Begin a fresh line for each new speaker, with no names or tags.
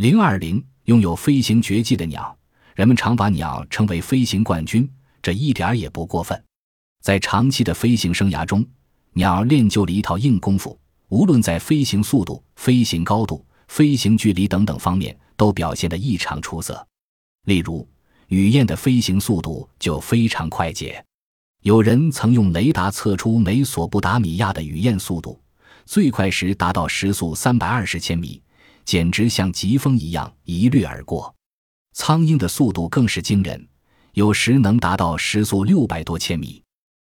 020拥有飞行绝技的鸟，人们常把鸟称为飞行冠军，这一点也不过分。在长期的飞行生涯中，鸟练就了一套硬功夫，无论在飞行速度、飞行高度、飞行距离等等方面都表现得异常出色。例如，雨燕的飞行速度就非常快捷。有人曾用雷达测出美索不达米亚的雨燕速度，最快时达到时速320千米，简直像疾风一样一掠而过。苍鹰的速度更是惊人，有时能达到时速600多千米。